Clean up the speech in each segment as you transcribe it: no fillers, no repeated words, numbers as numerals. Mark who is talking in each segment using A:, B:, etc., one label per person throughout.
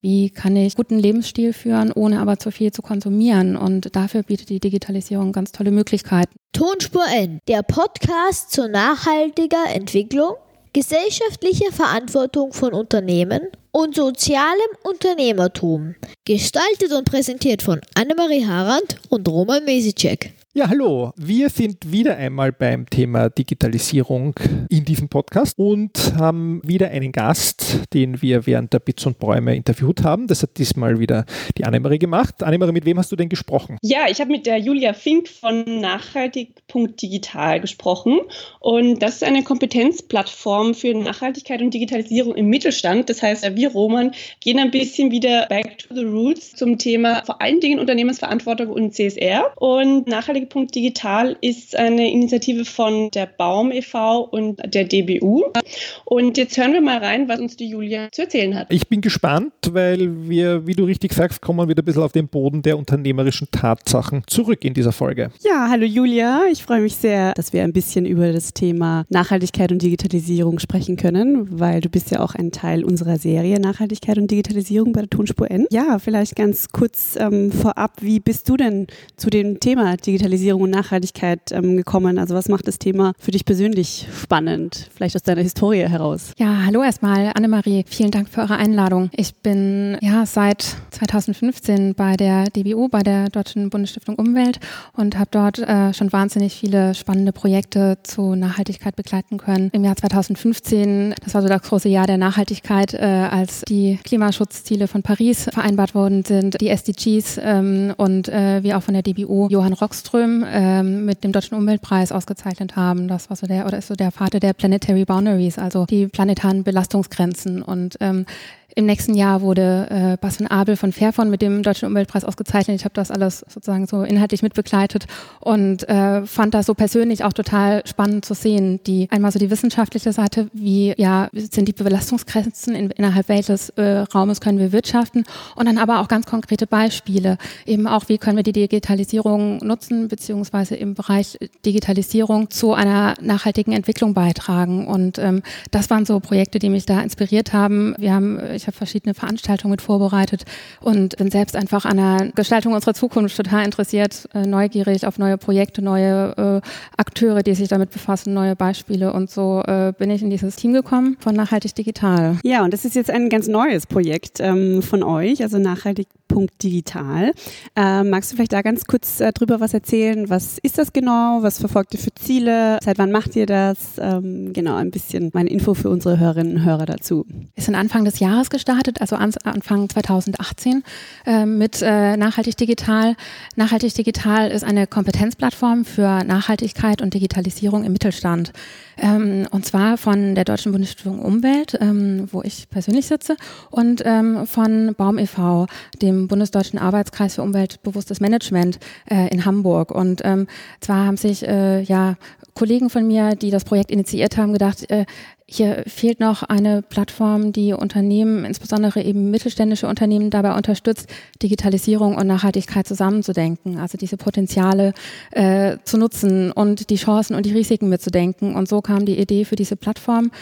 A: wie kann ich guten Lebensstil führen, ohne aber zu viel zu konsumieren. Und dafür bietet die Digitalisierung ganz tolle Möglichkeiten.
B: Tonspur N, der Podcast zur nachhaltiger Entwicklung, gesellschaftlicher Verantwortung von Unternehmen und sozialem Unternehmertum. Gestaltet und präsentiert von Annemarie Harand und Roman Mesicek.
C: Ja, hallo. Wir sind wieder einmal beim Thema Digitalisierung in diesem Podcast und haben wieder einen Gast, den wir während der Bits und Bäume interviewt haben. Das hat diesmal wieder die Annemarie gemacht. Annemarie, mit wem hast du denn gesprochen?
D: Ja, ich habe mit der Julia Fink von nachhaltig.digital gesprochen. Und das ist eine Kompetenzplattform für Nachhaltigkeit und Digitalisierung im Mittelstand. Das heißt, wir Roman gehen ein bisschen wieder back to the roots zum Thema vor allen Dingen Unternehmensverantwortung und CSR. Und Nachhaltig.digital ist eine Initiative von der Baum e.V. und der DBU. Und jetzt hören wir mal rein, was uns die Julia zu erzählen hat.
C: Ich bin gespannt, weil wir, wie du richtig sagst, kommen wieder ein bisschen auf den Boden der unternehmerischen Tatsachen zurück in dieser Folge.
E: Ja, hallo Julia. Ich freue mich sehr, dass wir ein bisschen über das Thema Nachhaltigkeit und Digitalisierung sprechen können, weil du bist ja auch ein Teil unserer Serie Nachhaltigkeit und Digitalisierung bei der Tonspur N. Ja, vielleicht ganz kurz vorab, wie bist du denn zu dem Thema Digitalisierung und Nachhaltigkeit gekommen? Also was macht das Thema für dich persönlich spannend? Vielleicht aus deiner Historie heraus.
A: Ja, hallo erstmal Annemarie. Vielen Dank für eure Einladung. Ich bin seit 2015 bei der DBU, bei der Deutschen Bundesstiftung Umwelt und habe dort schon wahnsinnig viele spannende Projekte zu Nachhaltigkeit begleiten können. Im Jahr 2015, das war so das große Jahr der Nachhaltigkeit, als die Klimaschutzziele von Paris vereinbart worden sind, die SDGs und wir auch von der DBU Johann Rockström mit dem Deutschen Umweltpreis ausgezeichnet haben. Das war ist so der Vater der Planetary Boundaries, also die planetaren Belastungsgrenzen. Und im nächsten Jahr wurde Bas Abel von Fairphone mit dem Deutschen Umweltpreis ausgezeichnet. Ich habe das alles sozusagen so inhaltlich mitbegleitet und fand das so persönlich auch total spannend zu sehen. Einmal so die wissenschaftliche Seite, wie sind die Belastungsgrenzen innerhalb welches Raumes können wir wirtschaften, und dann aber auch ganz konkrete Beispiele. Eben auch, wie können wir die Digitalisierung nutzen, beziehungsweise im Bereich Digitalisierung zu einer nachhaltigen Entwicklung beitragen. Und das waren so Projekte, die mich da inspiriert haben. Ich habe verschiedene Veranstaltungen mit vorbereitet und bin selbst einfach an der Gestaltung unserer Zukunft total interessiert, neugierig auf neue Projekte, neue Akteure, die sich damit befassen, neue Beispiele, und so bin ich in dieses Team gekommen von Nachhaltig Digital.
E: Ja, und das ist jetzt ein ganz neues Projekt von euch, also Nachhaltig.digital. Magst du vielleicht da ganz kurz drüber was erzählen? Was ist das genau? Was verfolgt ihr für Ziele? Seit wann macht ihr das? Genau, ein bisschen meine Info für unsere Hörerinnen und Hörer dazu.
A: Wir sind Anfang des Jahres gestartet, also Anfang 2018 mit Nachhaltig Digital. Nachhaltig Digital ist eine Kompetenzplattform für Nachhaltigkeit und Digitalisierung im Mittelstand. Und zwar von der Deutschen Bundesstiftung Umwelt, wo ich persönlich sitze, und von Baum e.V., dem Bundesdeutschen Arbeitskreis für umweltbewusstes Management in Hamburg. Und zwar haben sich Kollegen von mir, die das Projekt initiiert haben, gedacht, hier fehlt noch eine Plattform, die Unternehmen, insbesondere eben mittelständische Unternehmen, dabei unterstützt, Digitalisierung und Nachhaltigkeit zusammenzudenken, also diese Potenziale zu nutzen und die Chancen und die Risiken mitzudenken. Und so kam die Idee für diese Plattform.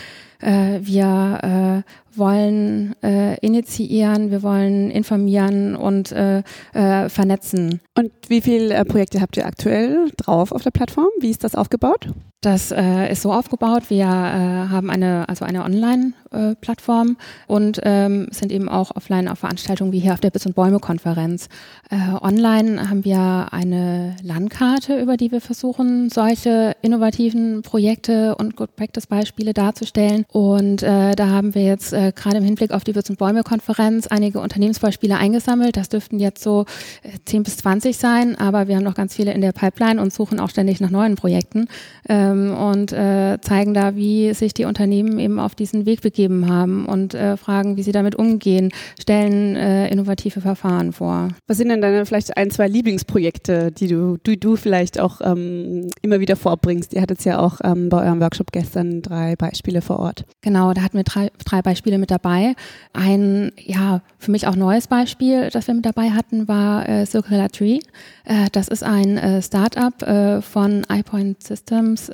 A: Wir wollen initiieren, wir wollen informieren und vernetzen.
E: Und wie viele Projekte habt ihr aktuell drauf auf der Plattform? Wie ist das aufgebaut?
A: Das ist so aufgebaut, wir haben eine Online-Plattform und sind eben auch offline auf Veranstaltungen wie hier auf der Bits und Bäume-Konferenz. Online haben wir eine Landkarte, über die wir versuchen, solche innovativen Projekte und Good-Practice-Beispiele darzustellen. Und da haben wir jetzt gerade im Hinblick auf die Bits und Bäume-Konferenz einige Unternehmensbeispiele eingesammelt. Das dürften jetzt so 10 bis 20 sein, aber wir haben noch ganz viele in der Pipeline und suchen auch ständig nach neuen Projekten. Und zeigen da, wie sich die Unternehmen eben auf diesen Weg begeben haben und fragen, wie sie damit umgehen, stellen innovative Verfahren vor.
E: Was sind denn deine vielleicht 1, 2 Lieblingsprojekte, die du vielleicht auch immer wieder vorbringst? Ihr hattet ja auch bei eurem Workshop gestern 3 Beispiele vor Ort.
A: Genau, da hatten wir 3 Beispiele mit dabei. Ein, für mich auch neues Beispiel, das wir mit dabei hatten, war Circular Tree. Das ist ein Start-up von iPoint Systems,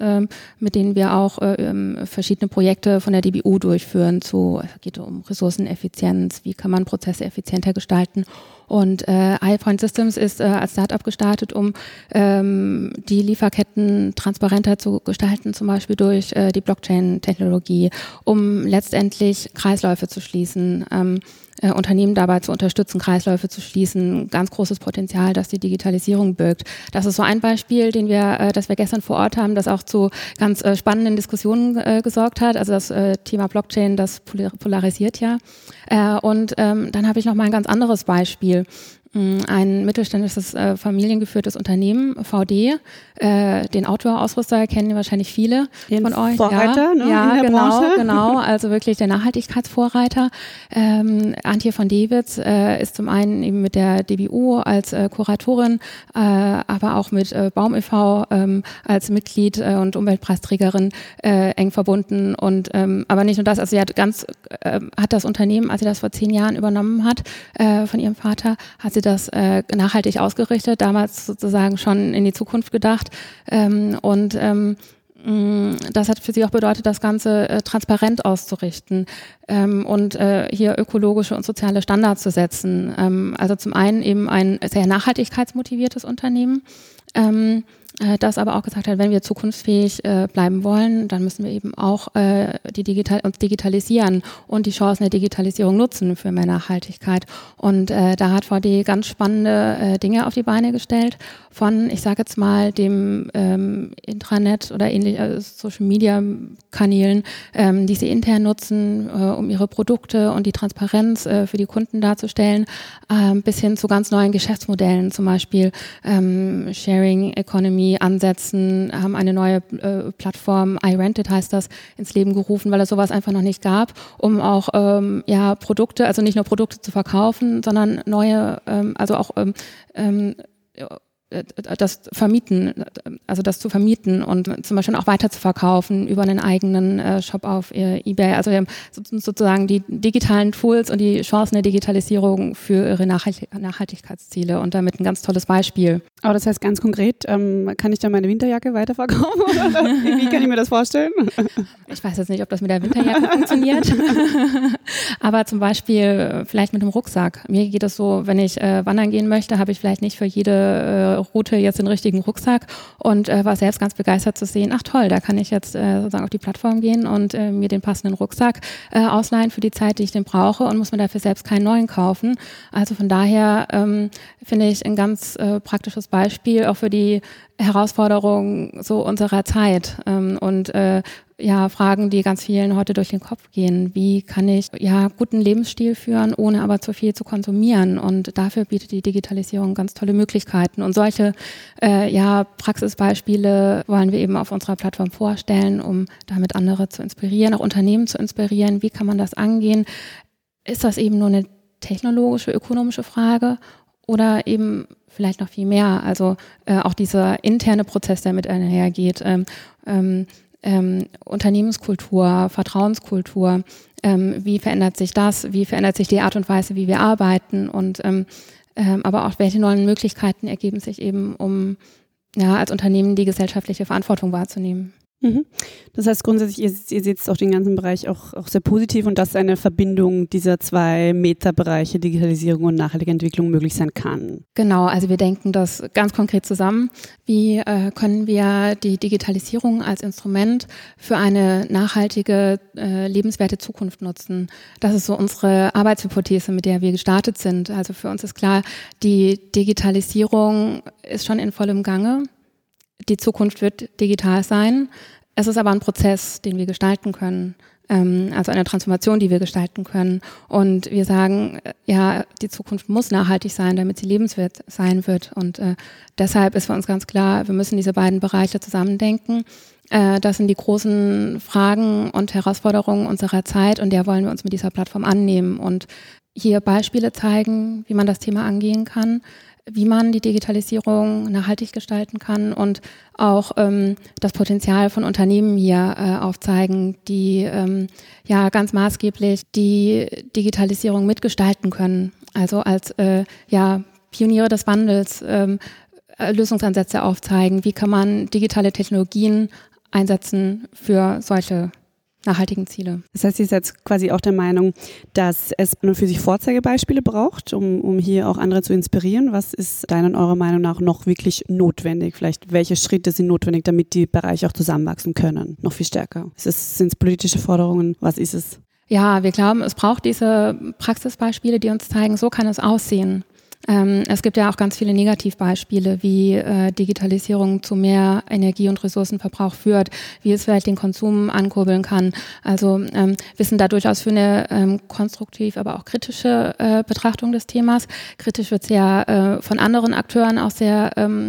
A: mit denen wir auch verschiedene Projekte von der DBU durchführen. Es geht um Ressourceneffizienz, wie kann man Prozesse effizienter gestalten. Und Highpoint Systems ist als Startup gestartet, um die Lieferketten transparenter zu gestalten, zum Beispiel durch die Blockchain-Technologie, um letztendlich Kreisläufe zu schließen, Unternehmen dabei zu unterstützen, Kreisläufe zu schließen. Ganz großes Potenzial, das die Digitalisierung birgt. Das ist so ein Beispiel, das wir gestern vor Ort haben, das auch zu ganz spannenden Diskussionen gesorgt hat. Also das Thema Blockchain, das polarisiert ja. Und dann habe ich noch mal ein ganz anderes Beispiel. Ein mittelständisches, familiengeführtes Unternehmen, VD, den Outdoor-Ausrüster kennen wahrscheinlich viele von euch.
E: Vorreiter,
A: ja,
E: ne,
A: ja,
E: in der Branche.
A: Genau, also wirklich der Nachhaltigkeitsvorreiter. Antje von Dewitz ist zum einen eben mit der DBU als Kuratorin, aber auch mit Baum e.V. Als Mitglied und Umweltpreisträgerin eng verbunden. Und aber nicht nur das, also sie hat das Unternehmen, als sie das vor 10 Jahren übernommen hat von ihrem Vater, hat sie das nachhaltig ausgerichtet, damals sozusagen schon in die Zukunft gedacht. Das hat für sie auch bedeutet, das Ganze transparent auszurichten und hier ökologische und soziale Standards zu setzen. Also zum einen eben ein sehr nachhaltigkeitsmotiviertes Unternehmen, das aber auch gesagt hat, wenn wir zukunftsfähig bleiben wollen, dann müssen wir eben auch uns digitalisieren und die Chancen der Digitalisierung nutzen für mehr Nachhaltigkeit. Und da hat VD ganz spannende Dinge auf die Beine gestellt, von, ich sage jetzt mal, dem Intranet oder ähnlich Social-Media-Kanälen, die sie intern nutzen, um ihre Produkte und die Transparenz für die Kunden darzustellen, bis hin zu ganz neuen Geschäftsmodellen, zum Beispiel Sharing Economy Ansätzen, haben eine neue Plattform, iRented heißt das, ins Leben gerufen, weil es sowas einfach noch nicht gab, um auch Produkte, also nicht nur Produkte zu verkaufen, sondern neue, das zu vermieten und zum Beispiel auch weiter zu verkaufen über einen eigenen Shop auf eBay. Also wir haben sozusagen die digitalen Tools und die Chancen der Digitalisierung für ihre Nachhaltigkeitsziele und damit ein ganz tolles Beispiel.
E: Aber das heißt ganz konkret, kann ich dann meine Winterjacke weiterverkaufen? Wie kann ich mir das vorstellen?
A: Ich weiß jetzt nicht, ob das mit der Winterjacke funktioniert, aber zum Beispiel vielleicht mit einem Rucksack. Mir geht es so, wenn ich wandern gehen möchte, habe ich vielleicht nicht für jede Route jetzt den richtigen Rucksack und war selbst ganz begeistert zu sehen, ach toll, da kann ich jetzt sozusagen auf die Plattform gehen und mir den passenden Rucksack ausleihen für die Zeit, die ich den brauche und muss mir dafür selbst keinen neuen kaufen. Also von daher finde ich ein ganz praktisches Beispiel auch für die Herausforderungen so unserer Zeit und Fragen, die ganz vielen heute durch den Kopf gehen. Wie kann ich guten Lebensstil führen, ohne aber zu viel zu konsumieren? Und dafür bietet die Digitalisierung ganz tolle Möglichkeiten. Und solche Praxisbeispiele wollen wir eben auf unserer Plattform vorstellen, um damit andere zu inspirieren, auch Unternehmen zu inspirieren. Wie kann man das angehen? Ist das eben nur eine technologische, ökonomische Frage oder eben vielleicht noch viel mehr? Also auch dieser interne Prozess, der mit einhergeht, Unternehmenskultur, Vertrauenskultur, wie verändert sich das, wie verändert sich die Art und Weise, wie wir arbeiten und aber auch welche neuen Möglichkeiten ergeben sich eben, um als Unternehmen die gesellschaftliche Verantwortung wahrzunehmen.
E: Das heißt grundsätzlich, ihr seht auch den ganzen Bereich auch sehr positiv und dass eine Verbindung dieser 2 Meta-Bereiche Digitalisierung und nachhaltige Entwicklung möglich sein kann.
A: Genau, also wir denken das ganz konkret zusammen. Wie können wir die Digitalisierung als Instrument für eine nachhaltige, lebenswerte Zukunft nutzen? Das ist so unsere Arbeitshypothese, mit der wir gestartet sind. Also für uns ist klar, die Digitalisierung ist schon in vollem Gange. Die Zukunft wird digital sein. Es ist aber ein Prozess, den wir gestalten können, also eine Transformation, die wir gestalten können. Und wir sagen, die Zukunft muss nachhaltig sein, damit sie lebenswert sein wird. Und deshalb ist für uns ganz klar, wir müssen diese beiden Bereiche zusammendenken. Das sind die großen Fragen und Herausforderungen unserer Zeit und der wollen wir uns mit dieser Plattform annehmen und hier Beispiele zeigen, wie man das Thema angehen kann, wie man die Digitalisierung nachhaltig gestalten kann und auch das Potenzial von Unternehmen hier aufzeigen, die ganz maßgeblich die Digitalisierung mitgestalten können. Also als Pioniere des Wandels Lösungsansätze aufzeigen. Wie kann man digitale Technologien einsetzen für solche nachhaltigen Ziele.
E: Das heißt, ihr seid quasi auch der Meinung, dass es nur für sich Vorzeigebeispiele braucht, um hier auch andere zu inspirieren. Was ist deiner und eurer Meinung nach noch wirklich notwendig? Vielleicht welche Schritte sind notwendig, damit die Bereiche auch zusammenwachsen können? Noch viel stärker. Sind es politische Forderungen? Was ist es?
A: Ja, wir glauben, es braucht diese Praxisbeispiele, die uns zeigen, so kann es aussehen. Es gibt ja auch ganz viele Negativbeispiele, wie Digitalisierung zu mehr Energie- und Ressourcenverbrauch führt, wie es vielleicht den Konsum ankurbeln kann. Also wir sind da durchaus für eine konstruktiv, aber auch kritische Betrachtung des Themas. Kritisch wird es ja von anderen Akteuren auch sehr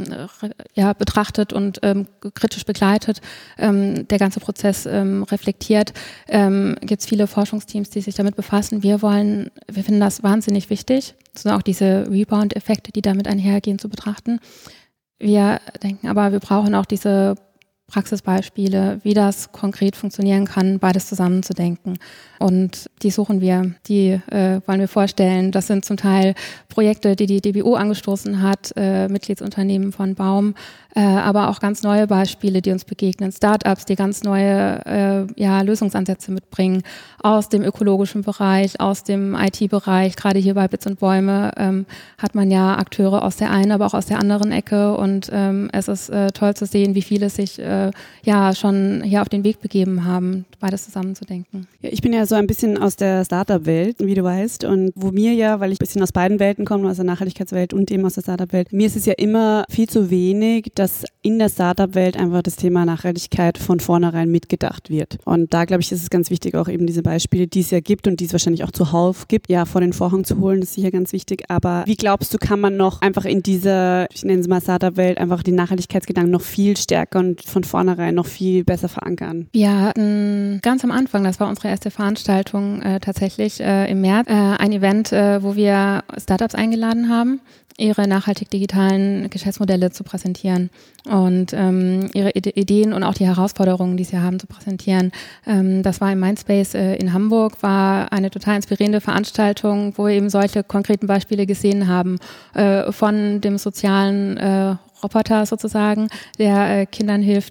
A: betrachtet und kritisch begleitet. Der ganze Prozess reflektiert. Gibt es viele Forschungsteams, die sich damit befassen. Wir finden das wahnsinnig wichtig, auch diese Rebound-Effekte, die damit einhergehen, zu betrachten. Wir denken aber, wir brauchen auch diese Praxisbeispiele, wie das konkret funktionieren kann, beides zusammenzudenken. Und die suchen wir, die wollen wir vorstellen. Das sind zum Teil Projekte, die die DBU angestoßen hat, Mitgliedsunternehmen von Baum, aber auch ganz neue Beispiele, die uns begegnen. Startups, die ganz neue Lösungsansätze mitbringen aus dem ökologischen Bereich, aus dem IT-Bereich. Gerade hier bei Bits und Bäume hat man ja Akteure aus der einen, aber auch aus der anderen Ecke. Und es ist toll zu sehen, wie viele sich schon hier auf den Weg begeben haben, beides zusammenzudenken.
E: Ja, ich bin ja so ein bisschen aus der Startup-Welt, wie du weißt, und wo mir ja, weil ich ein bisschen aus beiden Welten komme, aus der Nachhaltigkeitswelt und eben aus der Startup-Welt, mir ist es ja immer viel zu wenig, dass in der Startup-Welt einfach das Thema Nachhaltigkeit von vornherein mitgedacht wird. Und da, glaube ich, ist es ganz wichtig, auch eben diese Beispiele, die es ja gibt und die es wahrscheinlich auch zuhauf gibt, ja, vor den Vorhang zu holen, das ist sicher ganz wichtig. Aber wie glaubst du, kann man noch einfach in dieser, ich nenne es mal Startup-Welt, einfach die Nachhaltigkeitsgedanken noch viel stärker und von vornherein noch viel besser verankern?
A: Wir hatten ganz am Anfang, das war unsere erste Veranstaltung tatsächlich im März, ein Event, wo wir Startups eingeladen haben, ihre nachhaltig digitalen Geschäftsmodelle zu präsentieren und ihre Ideen und auch die Herausforderungen, die sie haben, zu präsentieren. Das war im Mindspace in Hamburg, war eine total inspirierende Veranstaltung, wo wir eben solche konkreten Beispiele gesehen haben, von dem sozialen Roboter sozusagen, der Kindern hilft,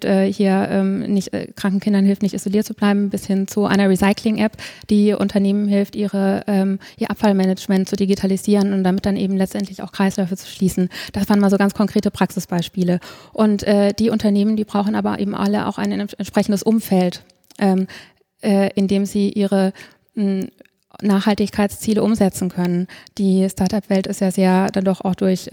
A: kranken Kindern hilft, nicht isoliert zu bleiben, bis hin zu einer Recycling-App, die Unternehmen hilft, ihr Abfallmanagement zu digitalisieren und damit dann eben letztendlich auch Kreisläufe zu schließen. Das waren mal so ganz konkrete Praxisbeispiele. Und die Unternehmen, die brauchen aber eben alle auch ein entsprechendes Umfeld, in dem sie ihre Nachhaltigkeitsziele umsetzen können. Die Startup-Welt ist ja sehr dann doch auch durch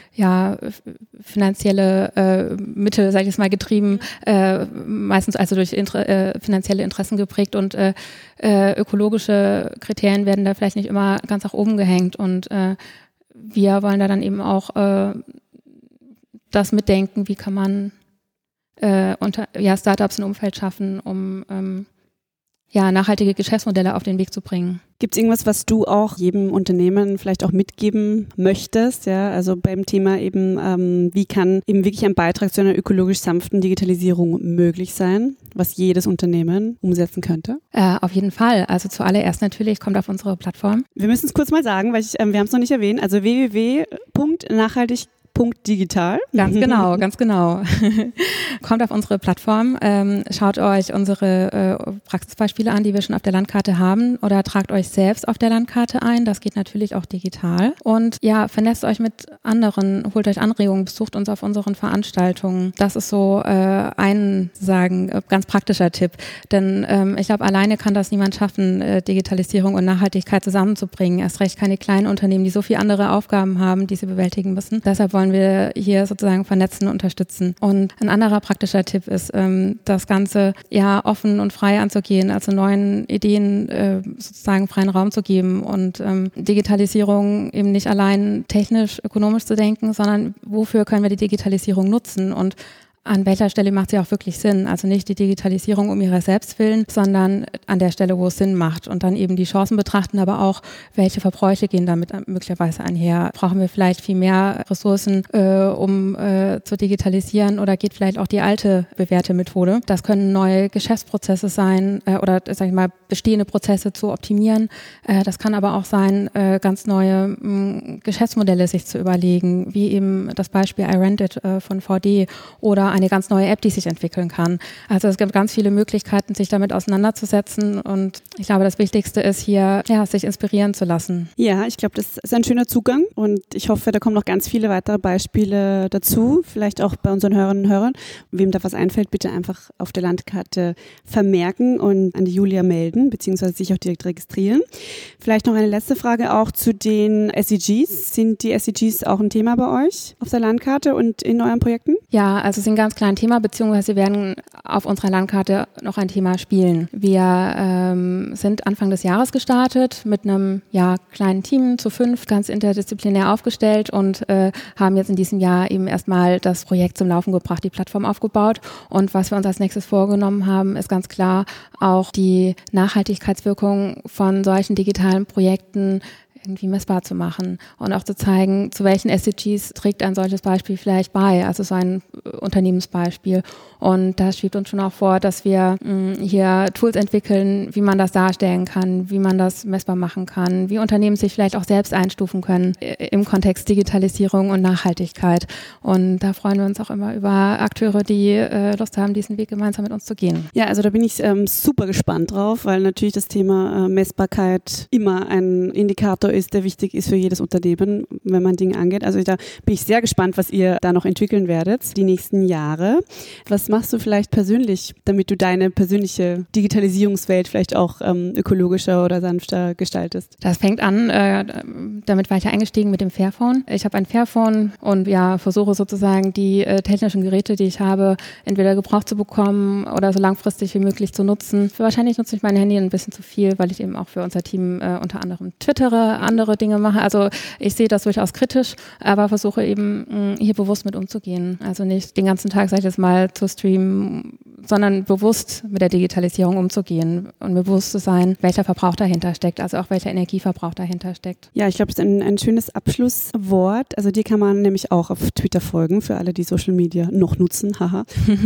A: finanzielle Mittel, sage ich jetzt mal, getrieben, meistens also durch finanzielle Interessen geprägt und ökologische Kriterien werden da vielleicht nicht immer ganz nach oben gehängt und wir wollen da dann eben auch das mitdenken, wie kann man Startups ein Umfeld schaffen, um nachhaltige Geschäftsmodelle auf den Weg zu bringen.
E: Gibt es irgendwas, was du auch jedem Unternehmen vielleicht auch mitgeben möchtest? Ja, also beim Thema eben, wie kann eben wirklich ein Beitrag zu einer ökologisch sanften Digitalisierung möglich sein, was jedes Unternehmen umsetzen könnte?
A: Auf jeden Fall. Also zuallererst natürlich, kommt auf unsere Plattform.
E: Wir müssen es kurz mal sagen, weil wir haben es noch nicht erwähnt. Also www.nachhaltig.digital.
A: Ganz genau. Kommt auf unsere Plattform, schaut euch unsere Praxisbeispiele an, die wir schon auf der Landkarte haben, oder tragt euch selbst auf der Landkarte ein. Das geht natürlich auch digital. Und ja, vernetzt euch mit anderen, holt euch Anregungen, besucht uns auf unseren Veranstaltungen. Das ist so ein, ganz praktischer Tipp. Denn ich glaube, alleine kann das niemand schaffen, Digitalisierung und Nachhaltigkeit zusammenzubringen. Erst recht keine kleinen Unternehmen, die so viele andere Aufgaben haben, die sie bewältigen müssen. Deshalb wollen wir hier sozusagen vernetzen und unterstützen. Und ein anderer praktischer Tipp ist, das Ganze offen und frei anzugehen, also neuen Ideen sozusagen freien Raum zu geben und Digitalisierung eben nicht allein technisch, ökonomisch zu denken, sondern wofür können wir die Digitalisierung nutzen und an welcher Stelle macht sie auch wirklich Sinn? Also nicht die Digitalisierung um ihrer selbst willen, sondern an der Stelle, wo es Sinn macht und dann eben die Chancen betrachten, aber auch, welche Verbräuche gehen damit möglicherweise einher. Brauchen wir vielleicht viel mehr Ressourcen, um zu digitalisieren oder geht vielleicht auch die alte bewährte Methode? Das können neue Geschäftsprozesse sein oder bestehende Prozesse zu optimieren. Das kann aber auch sein, ganz neue Geschäftsmodelle sich zu überlegen, wie eben das Beispiel iRented von VD oder eine ganz neue App, die sich entwickeln kann. Also es gibt ganz viele Möglichkeiten, sich damit auseinanderzusetzen und ich glaube, das Wichtigste ist hier, sich inspirieren zu lassen.
E: Ja, ich glaube, das ist ein schöner Zugang und ich hoffe, da kommen noch ganz viele weitere Beispiele dazu, vielleicht auch bei unseren Hörerinnen und Hörern. Wem da was einfällt, bitte einfach auf der Landkarte vermerken und an die Julia melden, beziehungsweise sich auch direkt registrieren. Vielleicht noch eine letzte Frage auch zu den SDGs. Sind die SDGs auch ein Thema bei euch auf der Landkarte und in euren Projekten?
A: Ja, also es ist ein ganz kleines Thema, beziehungsweise werden auf unserer Landkarte noch ein Thema spielen. Wir sind Anfang des Jahres gestartet mit einem kleinen Team zu 5, ganz interdisziplinär aufgestellt und haben jetzt in diesem Jahr eben erstmal das Projekt zum Laufen gebracht, die Plattform aufgebaut. Und was wir uns als nächstes vorgenommen haben, ist ganz klar auch die Nachhaltigkeitswirkung von solchen digitalen Projekten irgendwie messbar zu machen und auch zu zeigen, zu welchen SDGs trägt ein solches Beispiel vielleicht bei, also so ein Unternehmensbeispiel. Und da schwebt uns schon auch vor, dass wir hier Tools entwickeln, wie man das darstellen kann, wie man das messbar machen kann, wie Unternehmen sich vielleicht auch selbst einstufen können im Kontext Digitalisierung und Nachhaltigkeit. Und da freuen wir uns auch immer über Akteure, die Lust haben, diesen Weg gemeinsam mit uns zu gehen.
E: Ja, also da bin ich super gespannt drauf, weil natürlich das Thema Messbarkeit immer ein Indikator ist, der wichtig ist für jedes Unternehmen, wenn man Dinge angeht. Also da bin ich sehr gespannt, was ihr da noch entwickeln werdet, die nächsten Jahre. Was machst du vielleicht persönlich, damit du deine persönliche Digitalisierungswelt vielleicht auch ökologischer oder sanfter gestaltest?
A: Das fängt an, damit war ich ja eingestiegen mit dem Fairphone. Ich habe ein Fairphone und versuche sozusagen die technischen Geräte, die ich habe, entweder gebraucht zu bekommen oder so langfristig wie möglich zu nutzen. Wahrscheinlich nutze ich mein Handy ein bisschen zu viel, weil ich eben auch für unser Team unter anderem twittere, andere Dinge mache. Also ich sehe das durchaus kritisch, aber versuche eben hier bewusst mit umzugehen. Also nicht den ganzen Tag, sag ich jetzt mal, zu streamen, sondern bewusst mit der Digitalisierung umzugehen und mir bewusst zu sein, welcher Verbrauch dahinter steckt, also auch welcher Energieverbrauch dahinter steckt.
E: Ja, ich glaube, das ist ein schönes Abschlusswort. Also dir kann man nämlich auch auf Twitter folgen, für alle, die Social Media noch nutzen. Haha.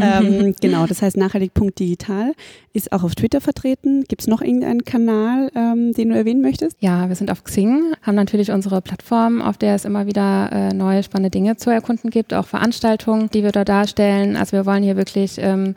E: Genau, das heißt nachhaltig.digital ist auch auf Twitter vertreten. Gibt es noch irgendeinen Kanal, den du erwähnen möchtest?
A: Ja, wir sind auf Xing, haben natürlich unsere Plattform, auf der es immer wieder neue spannende Dinge zu erkunden gibt, auch Veranstaltungen, die wir da darstellen. Also wir wollen hier wirklich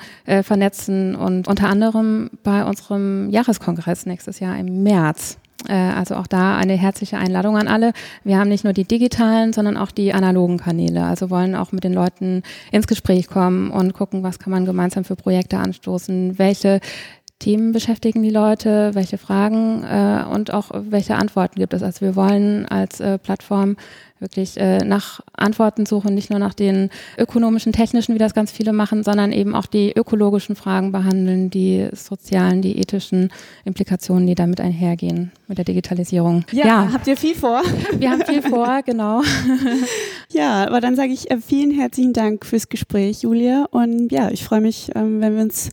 A: vernetzen und unter anderem bei unserem Jahreskongress nächstes Jahr im März. Also auch da eine herzliche Einladung an alle. Wir haben nicht nur die digitalen, sondern auch die analogen Kanäle. Also wollen auch mit den Leuten ins Gespräch kommen und gucken, was kann man gemeinsam für Projekte anstoßen, welche Themen beschäftigen die Leute, welche Fragen und auch welche Antworten gibt es. Also wir wollen als Plattform wirklich nach Antworten suchen, nicht nur nach den ökonomischen, technischen, wie das ganz viele machen, sondern eben auch die ökologischen Fragen behandeln, die sozialen, die ethischen Implikationen, die damit einhergehen mit der Digitalisierung.
E: Ja, habt ihr viel vor?
A: Wir haben viel vor, genau.
E: Ja, aber dann sage ich vielen herzlichen Dank fürs Gespräch, Julia. Und ja, ich freue mich, wenn wir uns...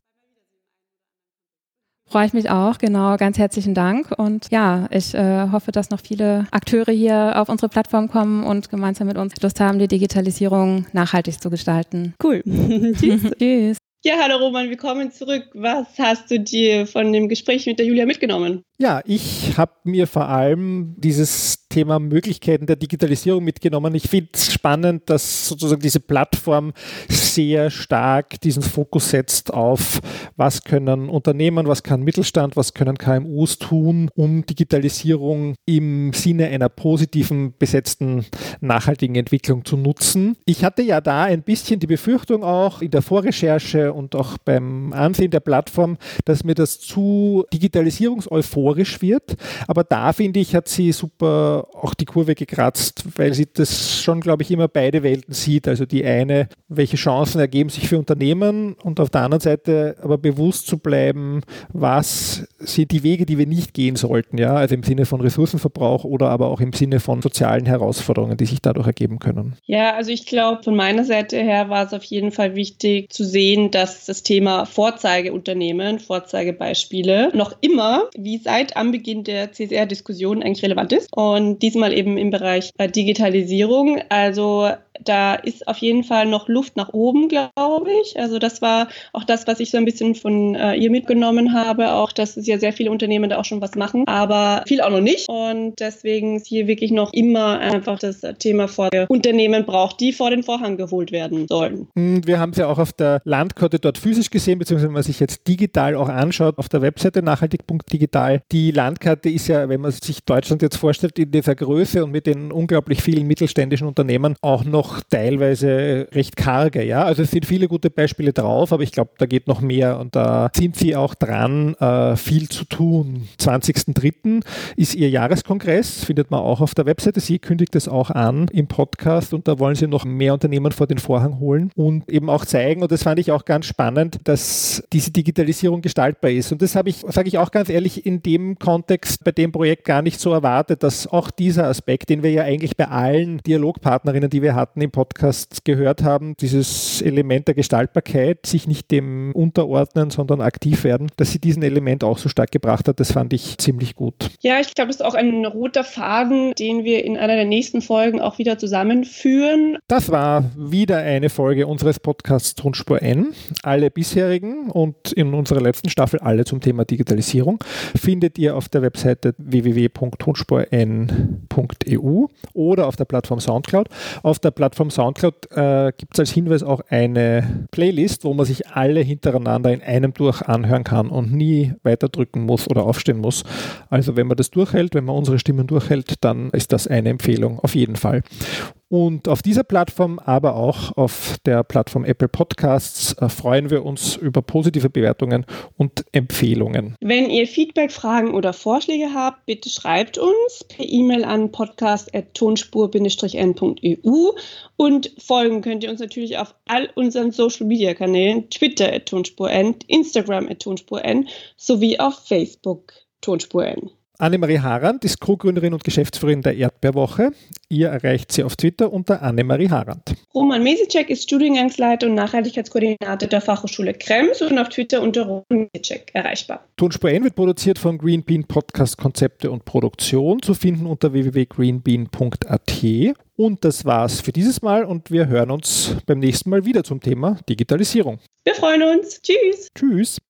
A: Freue ich mich auch, genau, ganz herzlichen Dank und ja, ich hoffe, dass noch viele Akteure hier auf unsere Plattform kommen und gemeinsam mit uns Lust haben, die Digitalisierung nachhaltig zu gestalten.
E: Cool. Tschüss.
A: Tschüss.
D: Ja, hallo Roman, willkommen zurück. Was hast du dir von dem Gespräch mit der Julia mitgenommen?
C: Ja, ich habe mir vor allem dieses Thema Möglichkeiten der Digitalisierung mitgenommen. Ich finde es spannend, dass sozusagen diese Plattform sehr stark diesen Fokus setzt auf, was können Unternehmen, was kann Mittelstand, was können KMUs tun, um Digitalisierung im Sinne einer positiven, besetzten, nachhaltigen Entwicklung zu nutzen. Ich hatte ja da ein bisschen die Befürchtung auch in der Vorrecherche und auch beim Ansehen der Plattform, dass mir das zu digitalisierungseuphorisch wird. Aber da, finde ich, hat sie super auch die Kurve gekratzt, weil sie das schon, glaube ich, immer beide Welten sieht. Also die eine, welche Chancen ergeben sich für Unternehmen und auf der anderen Seite aber bewusst zu bleiben, was sind die Wege, die wir nicht gehen sollten. Ja? Also im Sinne von Ressourcenverbrauch oder aber auch im Sinne von sozialen Herausforderungen, die sich dadurch ergeben können.
D: Ja, also ich glaube, von meiner Seite her war es auf jeden Fall wichtig zu sehen, dass das Thema Vorzeigeunternehmen, Vorzeigebeispiele noch immer, wie seit Anbeginn der CSR-Diskussion eigentlich relevant ist und diesmal eben im Bereich Digitalisierung. Also da ist auf jeden Fall noch Luft nach oben, glaube ich. Also das war auch das, was ich so ein bisschen von ihr mitgenommen habe, auch dass es ja sehr viele Unternehmen da auch schon was machen, aber viel auch noch nicht. Und deswegen ist hier wirklich noch immer einfach das Thema vor der Unternehmen braucht, die vor den Vorhang geholt werden sollen.
C: Wir haben es ja auch auf der Landkarte dort physisch gesehen, beziehungsweise wenn man sich jetzt digital auch anschaut, auf der Webseite nachhaltig.digital. Die Landkarte ist ja, wenn man sich Deutschland jetzt vorstellt, in dieser Größe und mit den unglaublich vielen mittelständischen Unternehmen auch noch teilweise recht karge. Ja? Also es sind viele gute Beispiele drauf, aber ich glaube, da geht noch mehr und da sind sie auch dran, viel zu tun. 20.03. ist ihr Jahreskongress, findet man auch auf der Webseite. Sie kündigt es auch an im Podcast und da wollen sie noch mehr Unternehmen vor den Vorhang holen und eben auch zeigen, und das fand ich auch ganz spannend, dass diese Digitalisierung gestaltbar ist. Und das habe ich, sage ich auch ganz ehrlich, in dem Kontext bei dem Projekt gar nicht so erwartet, dass auch dieser Aspekt, den wir ja eigentlich bei allen Dialogpartnerinnen, die wir hatten im Podcast gehört haben, dieses Element der Gestaltbarkeit, sich nicht dem unterordnen, sondern aktiv werden, dass sie diesen Element auch so stark gebracht hat, das fand ich ziemlich gut.
D: Ja, ich glaube, das ist auch ein roter Faden, den wir in einer der nächsten Folgen auch wieder zusammenführen.
C: Das war wieder eine Folge unseres Podcasts Tonspur N. Alle bisherigen und in unserer letzten Staffel alle zum Thema Digitalisierung findet ihr auf der Webseite www.tonspurn.eu oder auf der Plattform Soundcloud. Auf der Plattform Soundcloud gibt es als Hinweis auch eine Playlist, wo man sich alle hintereinander in einem durch anhören kann und nie weiterdrücken muss oder aufstehen muss. Also wenn man das durchhält, wenn man unsere Stimmen durchhält, dann ist das eine Empfehlung auf jeden Fall. Und auf dieser Plattform, aber auch auf der Plattform Apple Podcasts freuen wir uns über positive Bewertungen und Empfehlungen.
D: Wenn ihr Feedback, Fragen oder Vorschläge habt, bitte schreibt uns per E-Mail an podcast@tonspur-n.eu und folgen könnt ihr uns natürlich auf all unseren Social-Media-Kanälen, Twitter @tonspurn, Instagram @tonspurn sowie auf Facebook tonspurn.
C: Annemarie Harand ist Co-Gründerin und Geschäftsführerin der Erdbeerwoche. Ihr erreicht sie auf Twitter unter Annemarie Harand.
D: Roman Mesicek ist Studiengangsleiter und Nachhaltigkeitskoordinator der Fachhochschule Krems und auf Twitter unter Roman Mesicek erreichbar.
C: Tonspur N wird produziert von Green Bean Podcast Konzepte und Produktion, zu finden unter www.greenbean.at. Und das war's für dieses Mal und wir hören uns beim nächsten Mal wieder zum Thema Digitalisierung.
D: Wir freuen uns. Tschüss.
C: Tschüss.